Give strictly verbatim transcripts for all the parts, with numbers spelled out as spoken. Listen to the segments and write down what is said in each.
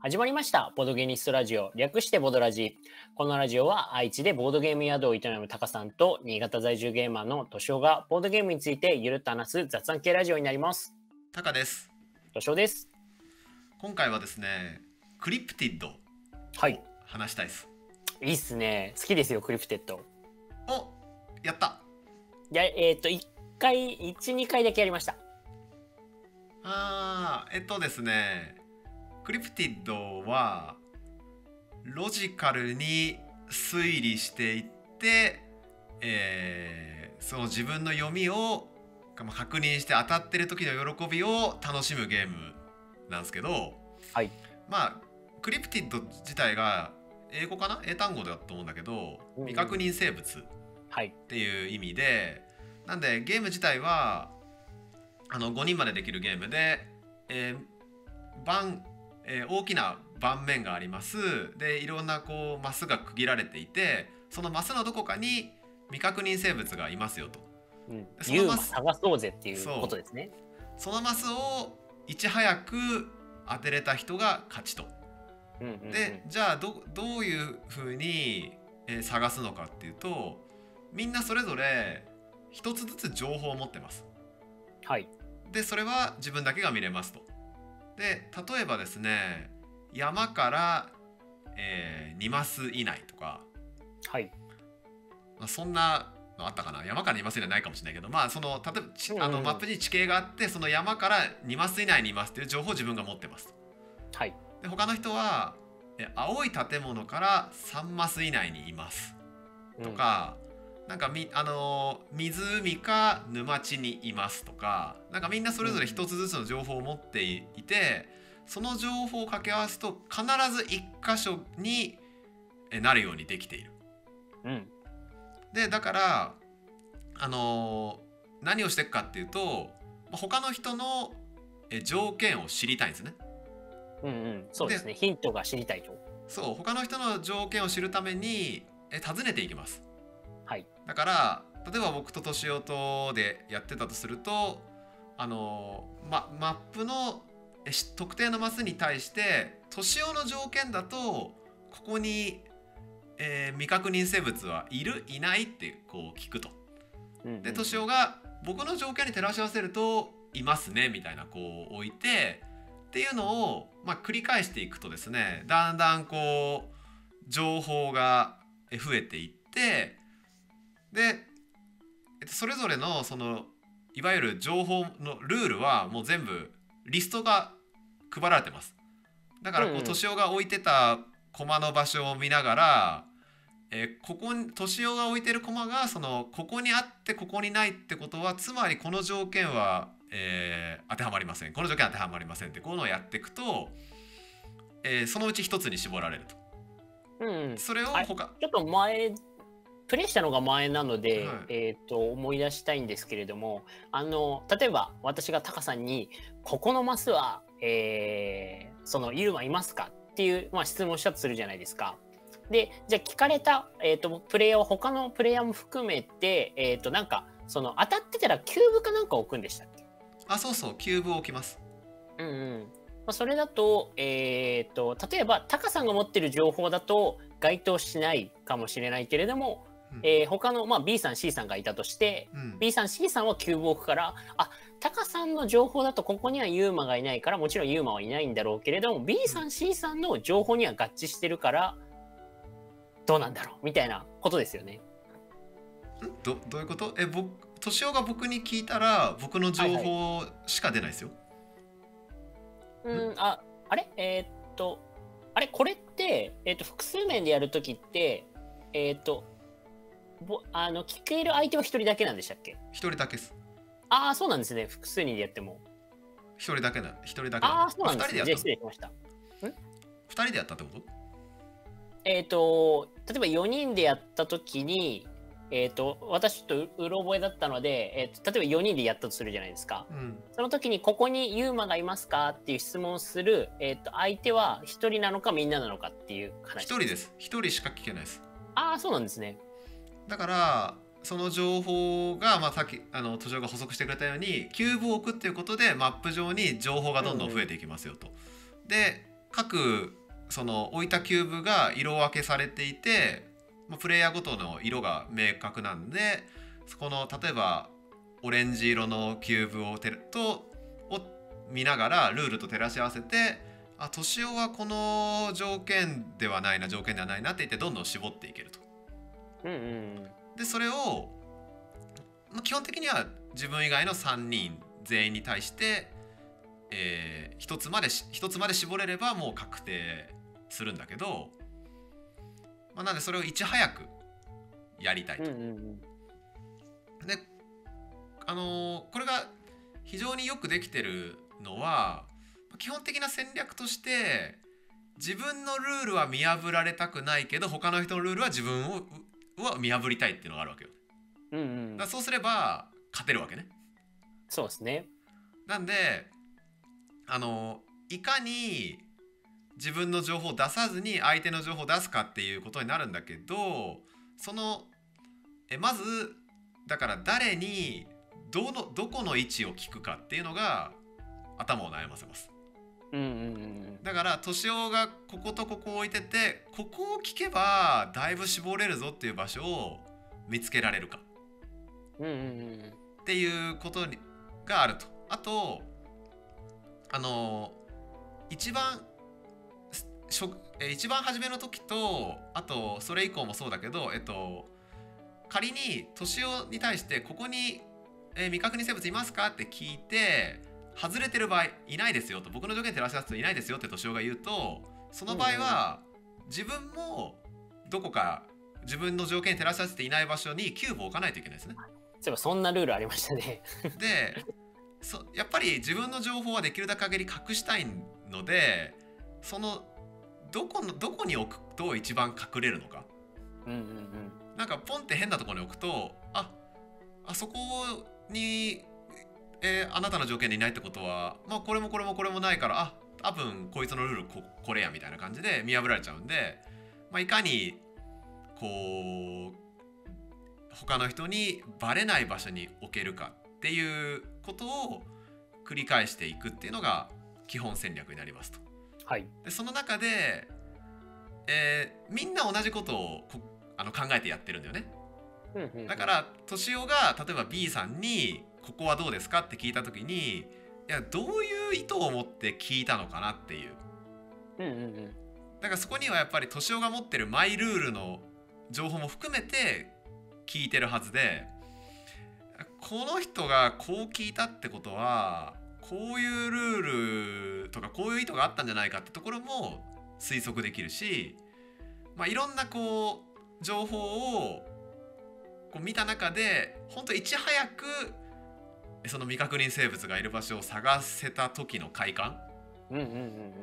始まりました。ボードゲニストラジオ、略してボドラジ。このラジオは愛知でボードゲーム宿を営むタカさんと新潟在住ゲーマーのトシオがボードゲームについてゆるっと話す雑談系ラジオになります。 タカです。 トシオです。 今回はですね、クリプティッドをはい。 話したいです。 いいっすね。好きですよ、クリプテッド。 お、やった。 いや、えっと、いっかい、いち、にかいだけやりました。 あー、えっとですね、クリプティッドはロジカルに推理していって、えーその自分の読みをまあ確認して当たってる時の喜びを楽しむゲームなんですけど、 はい。 まあクリプティッド自体が英語かな英単語だと思うんだけど、 うんうん未確認生物っはい。 ていう意味で、なんでゲーム自体はあのごにんまでできるゲームで、えー盤えー大きな盤面があります。でいろんなこうマスが区切られていて、そのマスのどこかに未確認生物がいますよと。 うん。 そのマスユーマ探そうぜっていうそうことですね。 そのマスをいち早く当てれた人が勝ちと。 うんうんうん、 でじゃあ ど, どういうふうに、えー探すのかっていうと、みんなそれぞれ一つずつ情報を持ってます。 はい。 でそれは自分だけが見れますと。で例えばですね、山から、えーにマス以内とか、 はい。 まあ、そんなのあったかな。山からにマス以内ないかもしれないけど、まあその例えばちうんうんあのマップに地形があって、その山からにマス以内にいますっていう情報を自分が持ってます。 はい。 で他の人はえ青い建物からさんマス以内にいますとか、うん、なんかみあのー湖か沼地にいますとか、なんかみんなそれぞれ一つずつの情報を持っていて、その情報を掛け合わすと必ず一箇所になるようにできている。 うん。 でだからあのー何をしていくかっていうと、他の人のえ条件を知りたいんですね。 うんうん、そうですね。ヒントが知りたいと。 そう他の人の条件を知るためにえ尋ねていきます。 はい。 だから例えば僕と敏夫とでやってたとすると、あのーま、マップのえし特定のマスに対して敏夫の条件だとここに、えー未確認生物はいるいないってこう聞くと。 うんうんうん、 で敏夫が僕の条件に照らし合わせるといますねみたいなこう置いてっていうのを、まあ、繰り返していくとですね、だんだんこう情報が増えていって、でそれぞれのそのいわゆる情報のルールはもう全部リストが配られてます。だからこう敏夫が置いてた駒の場所を見ながら、えーここに敏夫が置いてる駒がそのここにあってここにないってことは、つまりこの条件は、えー当てはまりません、この条件は当てはまりませんってこういうのをやっていくと、えーそのうち一つに絞られると。 うんうん、 それを他ちょっと前プレイしたのが前なので、はい、えー、と思い出したいんですけれども、あの例えば私がタカさんにここのマスは、えー、そのユーマいますかっていう、まあ、質問したとするじゃないですか。でじゃあ聞かれた、えー、とプレイヤーは他のプレイヤーも含めて、えー、となんかその当たってたらキューブかなんか置くんでしたっけ？ あ、そうそう、キューブを置きます。うんうん。まあ、それだと、えー、と例えばタカさんが持ってる情報だと該当しないかもしれないけれども、うん、えー、他の、まあ、B さん C さんがいたとして、うん、B さん C さんはキューブを置くから、あ、タカさんの情報だとここにはユーマがいないから、もちろんユーマはいないんだろうけれども、 B さん C さんの情報には合致してるからどうなんだろうみたいなことですよね。 ど, どういうこと？え、僕敏夫が僕に聞いたら僕の情報しか出ないですよ。 はいはい、うん、あ、あれえー、っとあれこれって、えー、っと複数面でやるときってえー、っとぼあの聞ける相手は一人だけなんでしたっけ？ 一人だけです。 ああ、そうなんですね。複数人でやっても一人だけだ。一人だけ。 ああ、そうなんですね。じゃあ失礼しました。ん？ 二人でやったってこと？ えっと例えばよにんでやったときに、えー、と私ちょっとうろ覚えだったので、えー、と例えばよにんでやったとするじゃないですか、うん、その時にここにユーマがいますかっていう質問をする、えー、と相手はひとりなのかみんななのかっていう話。 ひとりです。ひとりしか聞けないです。 ああ、そうなんですね。 だからその情報が、まあ、さっきあの途上が補足してくれたようにキューブを置くっていうことでマップ上に情報がどんどん増えていきますよと、うん、で各その置いたキューブが色分けされていて、プレイヤーごとの色が明確なんで、そこの例えばオレンジ色のキューブをてとを見ながらルールと照らし合わせて、あ、年男はこの条件ではないな条件ではないなって言ってどんどん絞っていけると。 うんうん、 でそれを基本的には自分以外のさんにん全員に対して、えー、ひとつまでひとつまで絞れればもう確定するんだけど、まあ、なんでそれをいち早くやりたいと。うんうんうん、で、あのー、これが非常によくできてるのは、基本的な戦略として自分のルールは見破られたくないけど他の人のルールは自分をは見破りたいっていうのがあるわけよ。うんうん、だそうすれば勝てるわけね。 そうですね。 なんであのいかに自分の情報を出さずに相手の情報を出すかっていうことになるんだけど、そのえまずだから誰にどのどこの位置を聞くかっていうのが頭を悩ませます。うんうんうん、だから年男がこことここを置いてて、ここを聞けばだいぶ絞れるぞっていう場所を見つけられるか、うんうんうん、っていうことがあると。あとあの一番一番初めの時と、あとそれ以降もそうだけど、えっと仮に年男に対してここに、えー、未確認生物いますかって聞いて外れてる場合いないですよと、僕の条件照らし合わせていないですよって年男が言うと、その場合は自分もどこか自分の条件照らし合わせていない場所にキューブを置かないといけないですね。 そういえばそんなルールありましたね。 でそやっぱり自分の情報はできるだけ限り隠したいので、そのどこのどこに置くと一番隠れるのか、うんうんうん、なんかポンって変なところに置くと、ああそこに、えー、あなたの条件でいないってことは、まあ、これもこれもこれもないから、あ多分こいつのルール こ, これやみたいな感じで見破られちゃうんで、まあ、いかにこう他の人にバレない場所に置けるかっていうことを繰り返していくっていうのが基本戦略になりますと。はい、でその中で、えー、みんな同じことをこあの考えてやってるんだよね。うんうんうん、だから年男が例えば B さんにここはどうですかって聞いた時に、いやどういう意図を持って聞いたのかなっていう、うんうんうん、だからそこにはやっぱり年男が持ってるマイルールの情報も含めて聞いてるはずで、この人がこう聞いたってことはこういうルールとかこういう意図があったんじゃないかってところも推測できるし、まあ、いろんなこう情報をこう見た中で本当いち早くその未確認生物がいる場所を探せた時の快感、うんうんうんうん、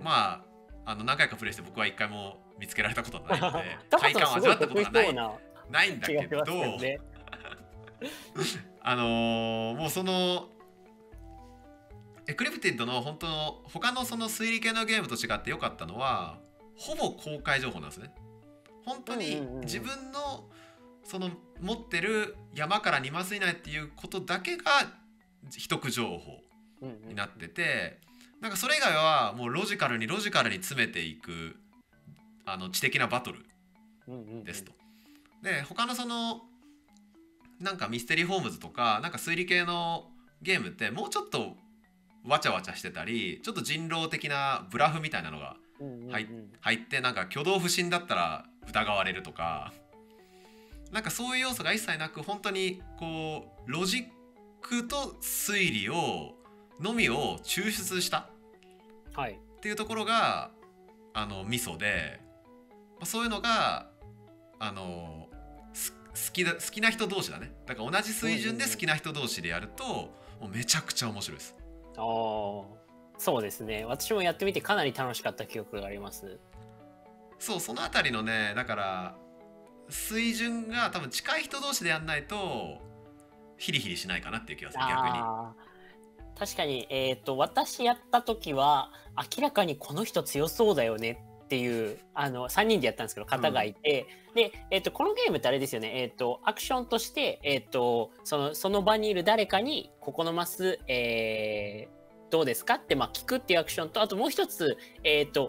まああの何回かプレイして僕は一回も見つけられたことはないので快感を味わったことがないないんだけど、ね、あのー、もうそのエクリプティッドの本当の他のその推理系のゲームと違って良かったのはほぼ公開情報なんですね。本当に自分のその持ってる山からにマス以内っていうことだけが秘匿情報になってて、なんかそれ以外はもうロジカルにロジカルに詰めていくあの知的なバトルですと。で他のそのなんかミステリーホームズとかなんか推理系のゲームってもうちょっとわちゃわちゃしてたり、ちょっと人狼的なブラフみたいなのが 入,、うんうんうん、入ってなんか挙動不審だったら疑われるとか、なんかそういう要素が一切なく本当にこうロジックと推理をのみを抽出した、はい、っていうところがあのミソで、そういうのがあの好きだ好きな人同士だね。だから同じ水準で好きな人同士でやると、もうめちゃくちゃ面白いです。 ああ、そうですね。私もやってみてかなり楽しかった記憶があります。 そう、そのあたりのね、だから水準が多分近い人同士でやんないとヒリヒリしないかなっていう気がする。逆に確かに、えーと、私やった時は明らかにこの人強そうだよねっていうあのさんにんでやったんですけど方がいて、うん、で、えーと、このゲームってあれですよね、えーと、アクションとして、えーと、その、その場にいる誰かにここのマス、えー、どうですかって、まあ、聞くっていうアクションと、あともう一つ、えーと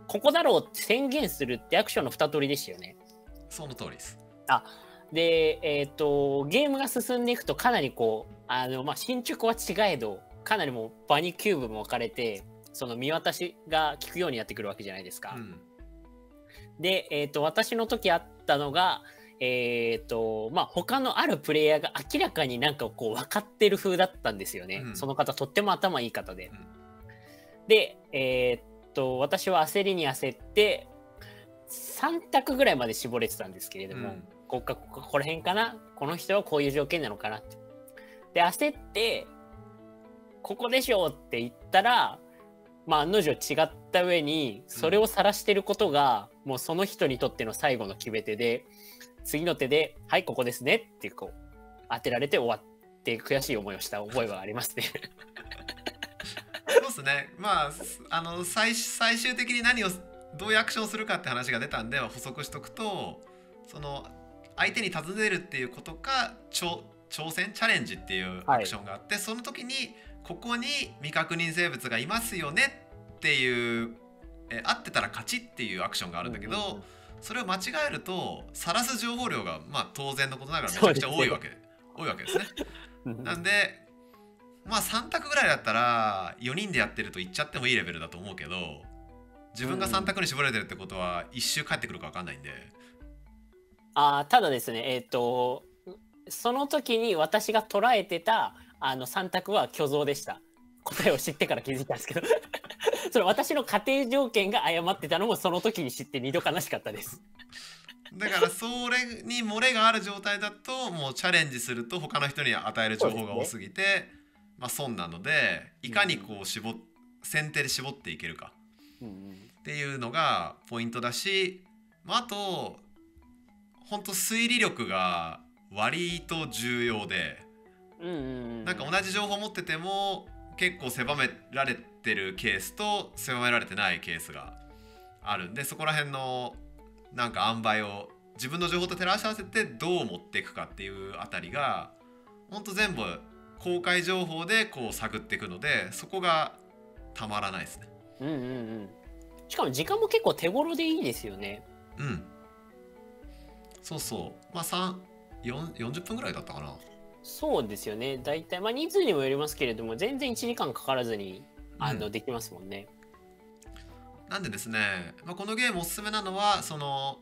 ここだろうって宣言するってアクションの二通りでしたよね。 その通りです。 あで、えっとゲームが進んでいくとかなりこうあの、まあ、進捗は違えどかなりもう場にキューブも置かれてその見渡しが効くようになってくるわけじゃないですか。うん、で、えっと私の時あったのがえっとまあ他のあるプレイヤーが明らかになんかこう分かってる風だったんですよね。うん、その方とっても頭いい方で。うん、で、えっと私は焦りに焦ってさん択ぐらいまで絞れてたんですけれども、うん、ここかこここの辺かな、この人はこういう条件なのかなって。で焦ってここでしょって言ったら、まあ案の定違った上にそれを晒してることが、うん、もうその人にとっての最後の決め手で、次の手ではいここですねってこう当てられて終わって悔しい思いをした覚えはありますね。 そうですね。まああの 最, 最終的に何をどういうアクションをするかって話が出たんで補足しとくと、その相手に尋ねるっていうことか挑戦チャレンジっていうアクションがあって、はい、その時にここに未確認生物がいますよねっていうえ合ってたら勝ちっていうアクションがあるんだけど、うんうんうん、それを間違えると晒す情報量がまあ当然のことながらめちゃくちゃ多いわけ、多いわけですね。なんでまあさん択ぐらいだったらよにんでやってると言っちゃってもいいレベルだと思うけど、自分がさん択に絞られてるってことは一周帰ってくるか分かんないんで。 あただですね、えっとその時に私が捉えてたあのさん択は虚像でした。答えを知ってから気づいたんですけどそれ私の仮定条件が誤ってたのもその時に知ってにど悲しかったです。 だからそれに漏れがある状態だともうチャレンジすると他の人に与える情報が多すぎて、ね、まあ損なので、いかにこう絞っ先手で絞っていけるかっていうのがポイントだし、まあ、あと本当推理力が割と重要で、うんうんうん、なんか同じ情報を持ってても結構狭められてるケースと狭められてないケースがあるんで、そこら辺のなんか塩梅を自分の情報と照らし合わせてどう持っていくかっていうあたりが本当全部公開情報でこう探っていくので、そこがたまらないですね。うんうんうん。 しかも時間も結構手頃でいいですよね。 うん。そうそう。まあさん、よん、よんじゅっぷんぐらいだったかな。 そうですよね。だいたいまあ人数にもよりますけれども、全然いちじかんかからずにあの、うん、できますもんね。 なんでですね、まあ、このゲームおすすめなのはその、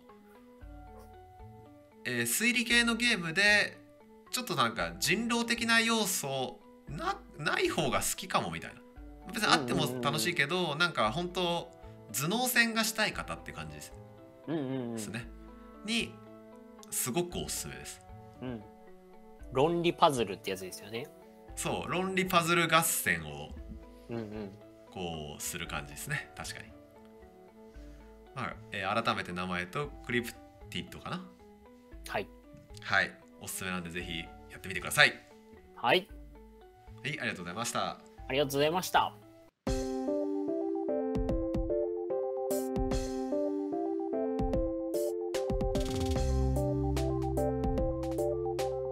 えー、推理系のゲームでちょっとなんか人狼的な要素 な, ない方が好きかもみたいな。別にあっても楽しいけど、うんうんうん、なんか本当頭脳戦がしたい方って感じです、うんうんうん、ですね。にすごくおすすめです。うん、 論理パズルってやつですよね。 そう、論理パズル合戦をこうする感じですね。確かに。まあえー、改めて名前とクリプティッドかな。はいはい、おすすめなんでぜひやってみてください。 はい、 はい、ありがとうございました。 ありがとうございました。